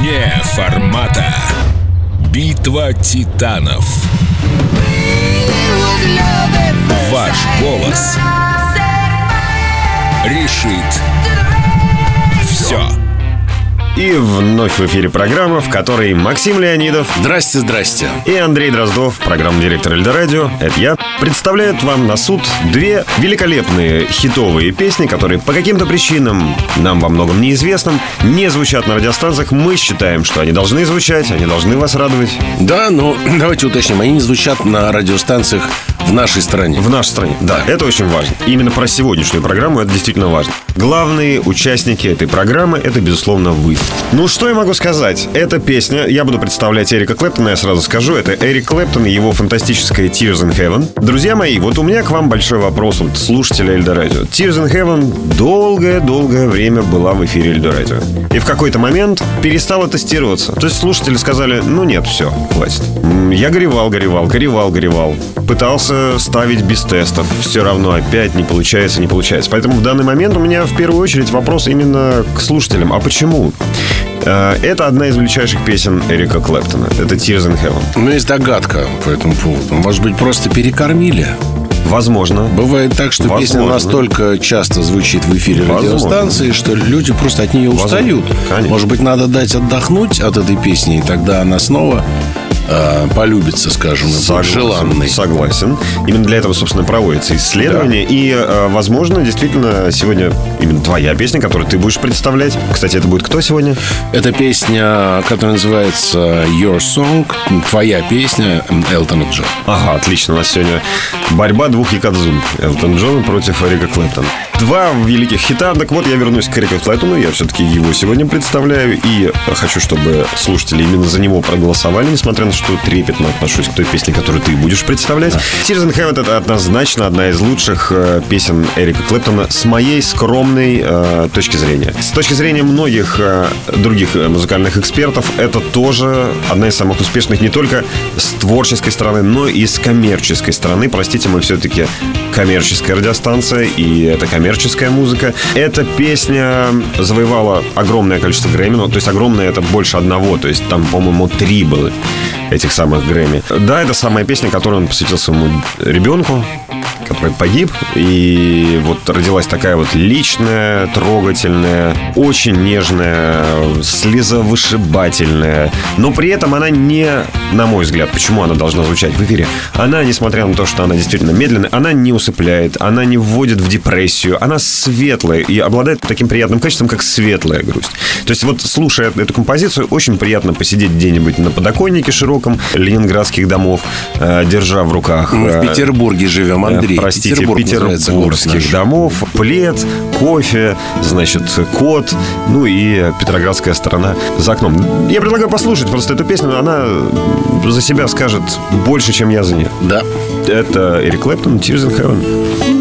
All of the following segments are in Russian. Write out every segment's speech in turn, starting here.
Вне формата. Битва титанов. Ваш голос решит все. И вновь в эфире программа, в которой Максим Леонидов. Здрасте. И Андрей Дроздов, программный директор Эльдорадио, это я, представляют вам на суд две великолепные хитовые песни, которые по каким-то причинам, нам во многом неизвестным, не звучат на радиостанциях. Мы считаем, что они должны звучать, они должны вас радовать. Да, но давайте уточним, они не звучат на радиостанциях в нашей стране. В нашей стране, да, это очень важно. Именно про сегодняшнюю программу это действительно важно. Главные участники этой программы — это, безусловно, вы. Ну, что я могу сказать? Эта песня, я буду представлять Эрика Клэптона, я сразу скажу, это Эрик Клэптон и его фантастическая Tears in Heaven. Друзья мои, вот у меня к вам большой вопрос, вот слушателя Эльдорадио. Tears in Heaven долгое-долгое время была в эфире Эльдорадио. И в какой-то момент перестала тестироваться. То есть слушатели сказали, ну нет, все, хватит. Я горевал. Пытался ставить без тестов. Все равно опять не получается. Поэтому в данный момент у меня в первую очередь вопрос именно к слушателям. А почему? Это одна из величайших песен Эрика Клэптона. Это Tears in Heaven. У меня есть догадка по этому поводу. Может быть, просто перекормили? Возможно. Бывает так, что песня настолько часто звучит в эфире радиостанции, что люди просто от нее устают. Конечно. Может быть, надо дать отдохнуть от этой песни, и тогда она снова полюбится, скажем, желанной. Согласен. Именно для этого, собственно, проводится исследование. Да. И, возможно, действительно, сегодня именно твоя песня, которую ты будешь представлять. Кстати, это будет кто сегодня? Это песня, которая называется Your Song. Твоя песня Элтона Джона. Ага, отлично. У нас сегодня борьба двух якадзун. Элтон Джона против Эрика Клэптона. Два великих хита. Так вот, я вернусь к Эрику Клэптону. Я все-таки его сегодня представляю. И хочу, чтобы слушатели именно за него проголосовали, несмотря на что трепетно отношусь к той песне, которую ты будешь представлять. Tears in Heaven — это однозначно одна из лучших песен Эрика Клэптона с моей скромной точки зрения. С точки зрения многих других музыкальных экспертов, это тоже одна из самых успешных не только с творческой стороны, но и с коммерческой стороны. Простите, мы все-таки коммерческая радиостанция, и это коммерческая музыка. Эта песня завоевала огромное количество Грэмми, то есть огромное — это больше одного, то есть там, по-моему, 3 было этих самых Грэмми. Да, это самая песня, которую он посвятил своему ребенку, который погиб. И вот родилась такая вот личная, трогательная, очень нежная, слезовышибательная. Но при этом она не, на мой взгляд, почему она должна звучать в эфире, она, несмотря на то, что она действительно медленная, она не усыпляет, она не вводит в депрессию, она светлая и обладает таким приятным качеством, как светлая грусть. То есть вот, слушая эту композицию, очень приятно посидеть где-нибудь на подоконнике широком ленинградских домов, держа в руках... Мы в Петербурге живем, Андрей. Простите, петербургских домов, плед, кофе, значит, кот, ну и Петроградская сторона за окном. Я предлагаю послушать просто эту песню, она за себя скажет больше, чем я за нее. Да. Это Эрик Клэптон, Tears in Heaven.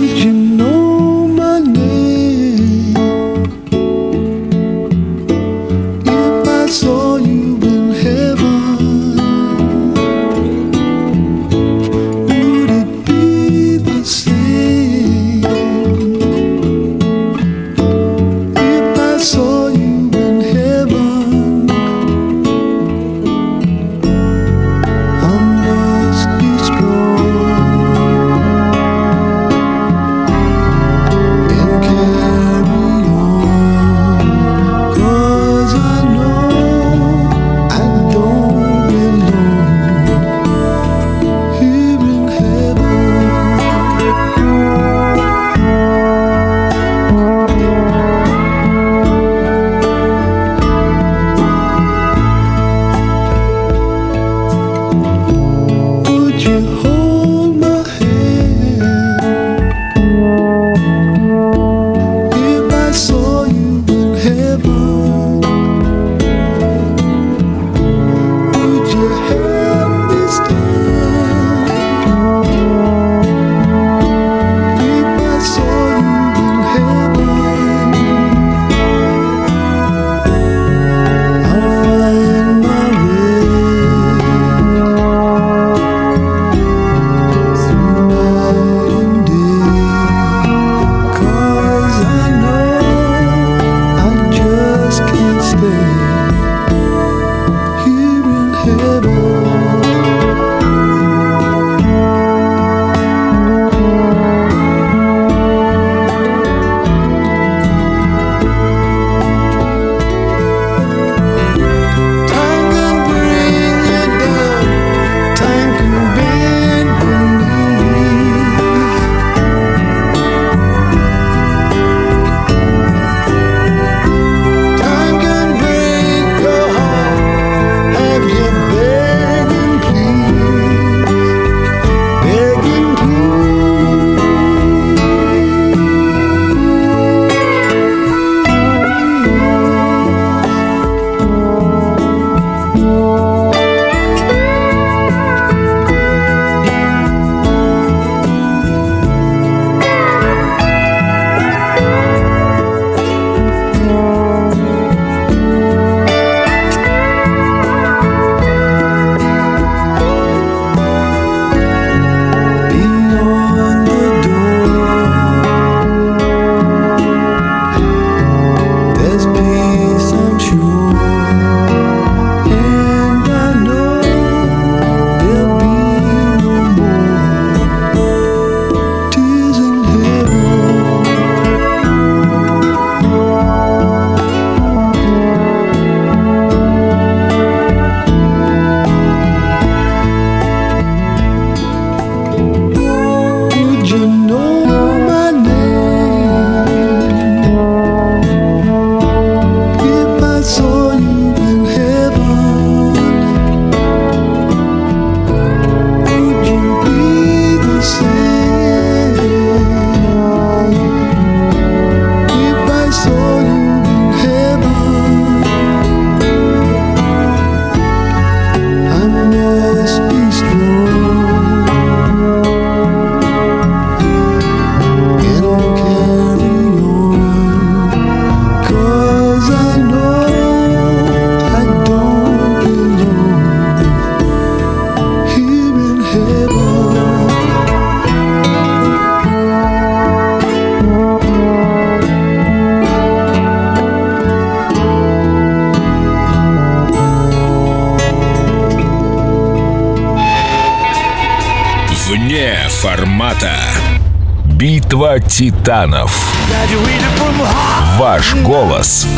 Формата. Битва титанов. Ваш голос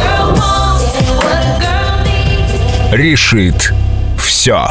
решит все.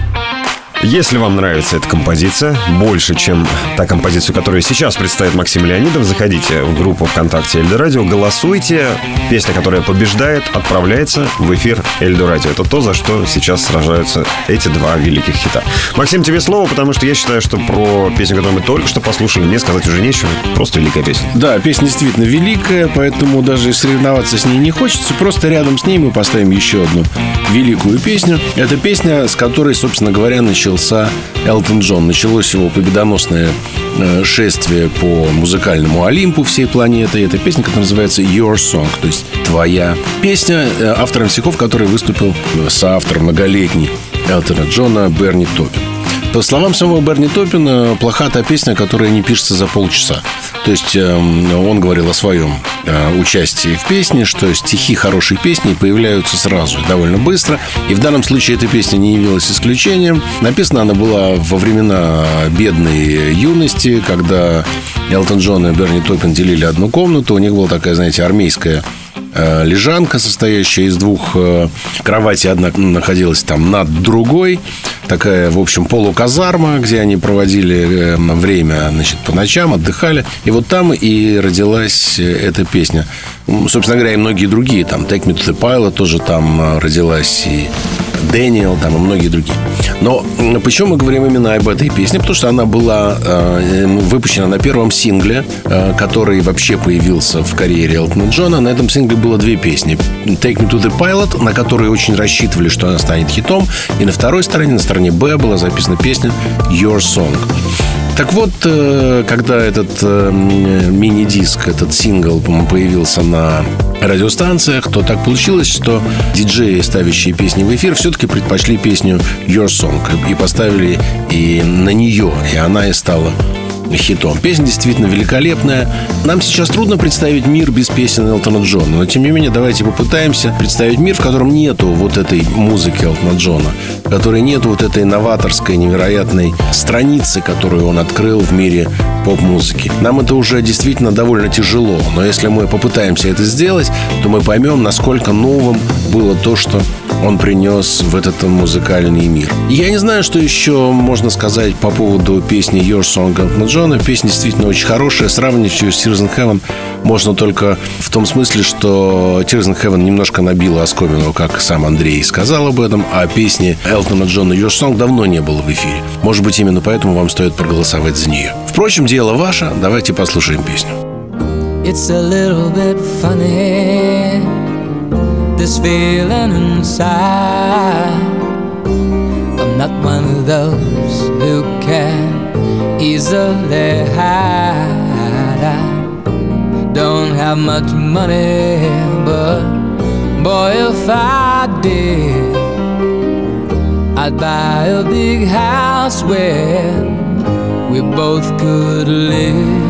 Если вам нравится эта композиция больше, чем та композиция, которую сейчас представит Максим Леонидов, заходите в группу ВКонтакте Эльдо Радио, голосуйте. Песня, которая побеждает, отправляется в эфир Эльдо Радио. Это то, за что сейчас сражаются эти два великих хита. Максим, тебе слово, потому что я считаю, что про песню, которую мы только что послушали, мне сказать уже нечего. Просто великая песня. Да, песня действительно великая, поэтому даже соревноваться с ней не хочется. Просто рядом с ней мы поставим еще одну великую песню. Это песня, с которой, собственно говоря, начался Элтон Джон. Началось его победоносное шествие по музыкальному Олимпу всей планеты. Это песня, которая называется Your Song, то есть твоя песня, автором стихов, который выступил соавтор многолетний Элтона Джона Берни Топпин. По словам самого Берни Топпина, плоха та песня, которая не пишется за полчаса. То есть он говорил о своем участии в песне, что стихи хорошей песни появляются сразу, довольно быстро. И в данном случае эта песня не явилась исключением. Написана она была во времена бедной юности, когда Элтон Джон и Берни Топпин делили одну комнату. У них была такая, знаете, армейская лежанка, состоящая из двух кроватей. Одна находилась там над другой. Такая, в общем, полуказарма, где они проводили время, значит, по ночам, отдыхали. И вот там и родилась эта песня. Собственно говоря, и многие другие. Там Take Me to the Pilot тоже там родилась, и Дэниел, там и многие другие. Но почему мы говорим именно об этой песне? Потому что она была выпущена на первом сингле, который вообще появился в карьере Элтона Джона. На этом сингле было две песни. Take Me to the Pilot, на которой очень рассчитывали, что она станет хитом. И на второй стороне, на стороне Б, была записана песня Your Song. Так вот, когда этот мини-диск, этот сингл появился на радиостанциях, то так получилось, что диджеи, ставящие песни в эфир, все-таки предпочли песню Your Song и поставили и на нее, и она и стала хитом. Песня действительно великолепная. Нам сейчас трудно представить мир без песен Элтона Джона, но тем не менее давайте попытаемся представить мир, в котором нету вот этой музыки Элтона Джона, в которой нету вот этой новаторской, невероятной страницы, которую он открыл в мире поп-музыки. Нам это уже действительно довольно тяжело, но если мы попытаемся это сделать, то мы поймем, насколько новым было то, что он принес в этот музыкальный мир. Я не знаю, что еще можно сказать по поводу песни Your Song Элтона Джона. Песня действительно очень хорошая. Сравнивать ее с Tears in Heaven можно только в том смысле, что Tears in Heaven немножко набила оскомину, как сам Андрей сказал об этом, а песни Элтона Джона Your Song давно не было в эфире. Может быть, именно поэтому вам стоит проголосовать за нее. Впрочем, дело ваше. Давайте послушаем песню. It's a little bit funny, this feeling inside. I'm not one of those who can easily hide. I don't have much money, but boy, if I did, I'd buy a big house where we both could live.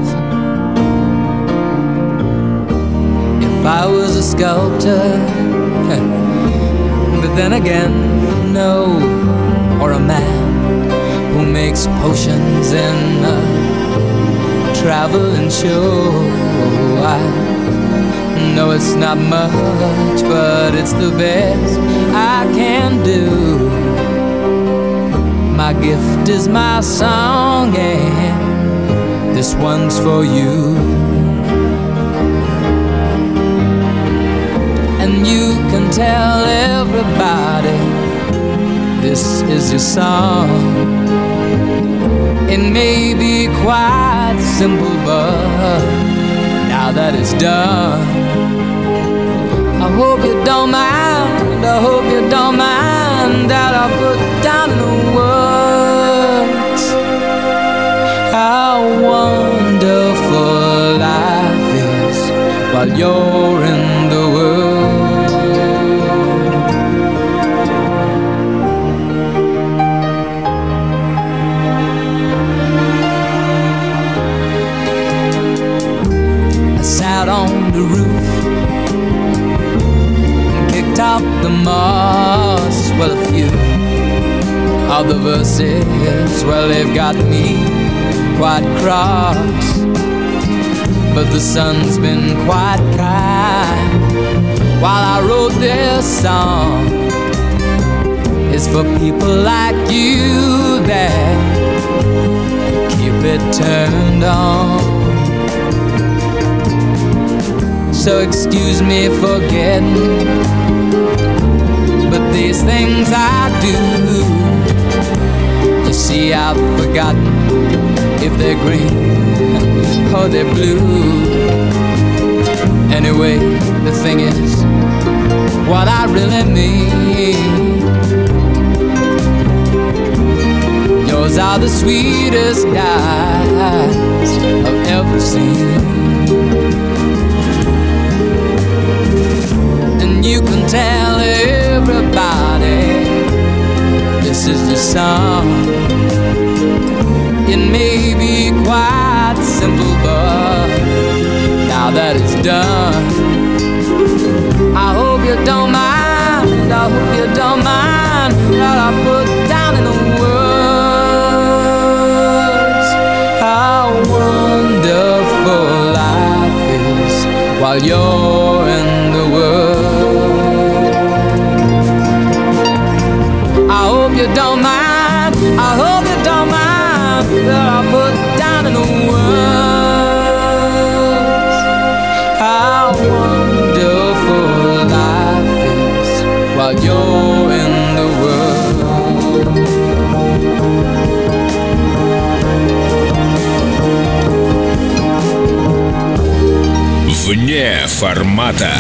If I was a sculptor, but then again, no, or a man who makes potions in a traveling show. I know it's not much, but it's the best I can do. My gift is my song, and this one's for you. And you can tell everybody this is your song. It may be quite simple, but now that it's done, I hope you don't mind, I hope you don't mind that I put down the words how wonderful life is while you're in the world. On the roof, kicked out the moss, well, a few All the verses, well, they've got me quite cross, but the sun's been quite kind while I wrote this song. It's for people like you that keep it turned on. So excuse me for getting, but these things I do. You see, I've forgotten if they're green or they're blue. Anyway, the thing is, what I really mean, yours are the sweetest eyes I've ever seen. And you can tell everybody this is the song. It may be quite simple, but now that it's done, I hope you don't mind, I hope you don't mind that I put down in the words how wonderful life is while you're in the world. I hope you don't mind, I hope you don't mind that I put down in the words how wonderful life is while you're in the world. Вне формата.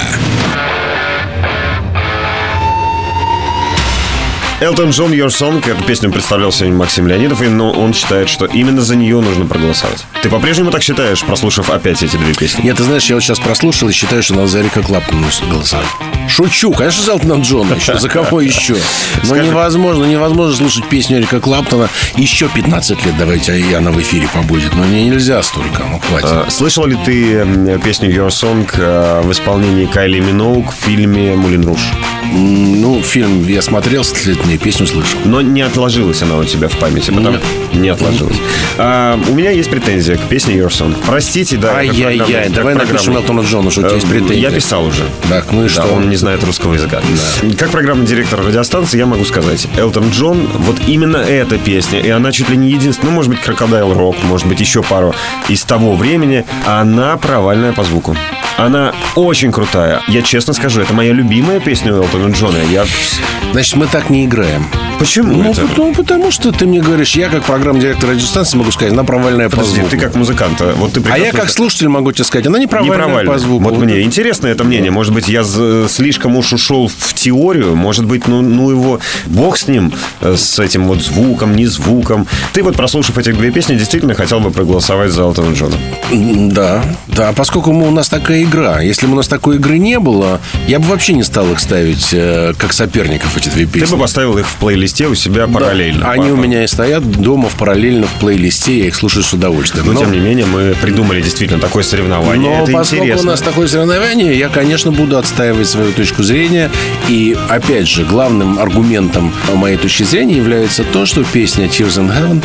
Элтон Джон, Your Song. Эту песню представлял сегодня Максим Леонидов, но он считает, что именно за нее нужно проголосовать. Ты по-прежнему так считаешь, прослушав опять эти две песни? Нет, ты знаешь, я вот сейчас прослушал и считаю, что надо за Эрика Клэптона голосовать. Шучу, конечно, за Элтона Джона еще. За кого еще? Но невозможно слушать песню Эрика Клэптона еще 15 лет. Давайте, и она в эфире побудет. Но мне нельзя столько, хватит. Слышала ли ты песню Your Song в исполнении Кайли Миноуг в фильме «Мулен Руж»? Ну, фильм я смотрел, следовательно, песню слышал. Но не отложилась она у тебя в памяти? Не отложилась. У меня есть претензия к песне Your Song. Простите, да. Ай-яй-яй, давай напишем Элтону Джону, что у тебя есть претензия. Я писал уже. Так, ну и что? Он не знает русского языка. Да. Как программный директор радиостанции я могу сказать, Элтон Джон, вот именно эта песня, и она чуть ли не единственная, ну, может быть, Crocodile Rock, может быть, еще пару из того времени, она провальная по звуку. Она очень крутая. Я честно скажу, это моя любимая песня у Элтона Джона. Значит, мы так не играем. Почему это? Потому что ты мне говоришь, я как программный директор радиостанции могу сказать, она провальная по звуку. Ты как музыкант. Вот ты я как слушатель могу тебе сказать, она не провальная по звуку. Вот мне интересно это мнение. Может быть, я слишком уж ушел в теорию. Может быть, ну его, бог с ним, с этим вот звуком, не звуком. Ты вот, прослушав эти две песни, действительно хотел бы проголосовать за Элтона Джона? Да, поскольку у нас такая игра. Если бы у нас такой игры не было, я бы вообще не стал их ставить как соперников, эти две песни. Ты бы поставил их в плейлисте у себя параллельно. Да, они у меня и стоят дома в параллельном плейлисте, я их слушаю с удовольствием. Но тем не менее, мы придумали действительно такое соревнование. Но это поскольку интересно. У нас такое соревнование, я, конечно, буду отстаивать свою точку зрения. И, опять же, главным аргументом моей точки зрения является то, что песня Tears in Heaven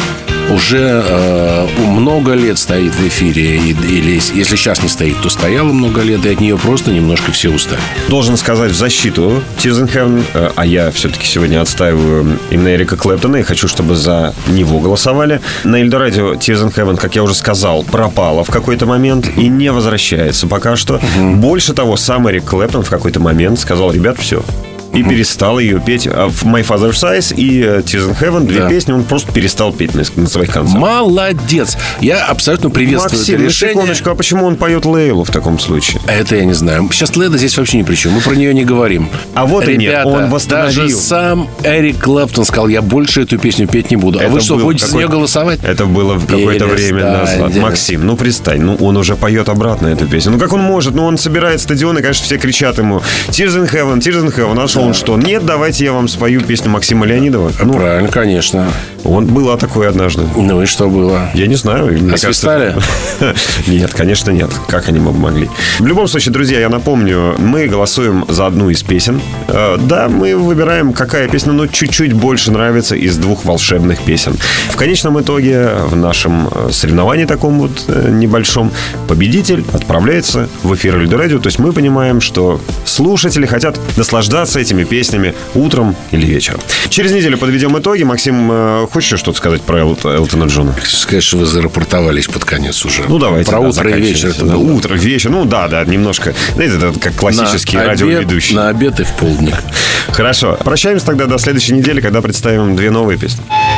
уже много лет стоит в эфире. Или если сейчас не стоит, то стояла много лет, и от нее просто немножко все устали. Должен сказать в защиту Tears in Heaven, а я все-таки сегодня отстаиваю именно Эрика Клэптона и хочу, чтобы за него голосовали. На Эльдорадио Tears in Heaven, как я уже сказал, пропала в какой-то момент и не возвращается пока что. Больше того, сам Эрик Клэптон в какой-то момент сказал: ребят, все. И перестал ее петь. В My Father's Eyes и Tears in Heaven, две песни, он просто перестал петь на своих концертах. Молодец! Я абсолютно приветствую это решение. Секундочку, а почему он поет Лейлу в таком случае? Это я не знаю. Сейчас Лейла здесь вообще ни при чем. Мы про нее не говорим. А вот ребята, и нет, он восстановил. Даже сам Эрик Клэптон сказал: я больше эту песню петь не буду. А вы что, будете за нее голосовать? Это было какое-то время назад. Максим, ну пристань, он уже поет обратно эту песню. Ну как он может? Он собирает стадион, и, конечно, все кричат ему: Tears in Heaven, Tears in Heaven. Он шел он что? Нет, давайте я вам спою песню Максима Леонидова. Ну, Правильно, конечно. он было такое однажды. Ну и что было? Я не знаю. Мне Освистали? кажется... Нет, конечно, нет. Как они могли? В любом случае, друзья, я напомню, мы голосуем за одну из песен. Да, мы выбираем, какая песня, но чуть-чуть больше нравится из двух волшебных песен. В конечном итоге, в нашем соревновании таком вот небольшом, победитель отправляется в эфир Эльдо Радио. То есть мы понимаем, что слушатели хотят наслаждаться этими песнями утром или вечером. Через неделю подведем итоги. Максим, хочешь еще что-то сказать про Элтона Джона? Хочу сказать, что вы зарапортовались под конец уже. Ну, давайте. Про утро и вечер это было. Утро, вечер. Ну, да, немножко. Знаете, это как классический радиоведущий. На обед и в полдник. Хорошо. Прощаемся тогда до следующей недели, когда представим две новые песни.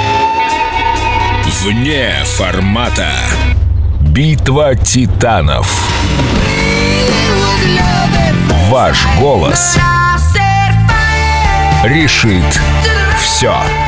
Вне формата. Битва титанов. Ваш голос решит все.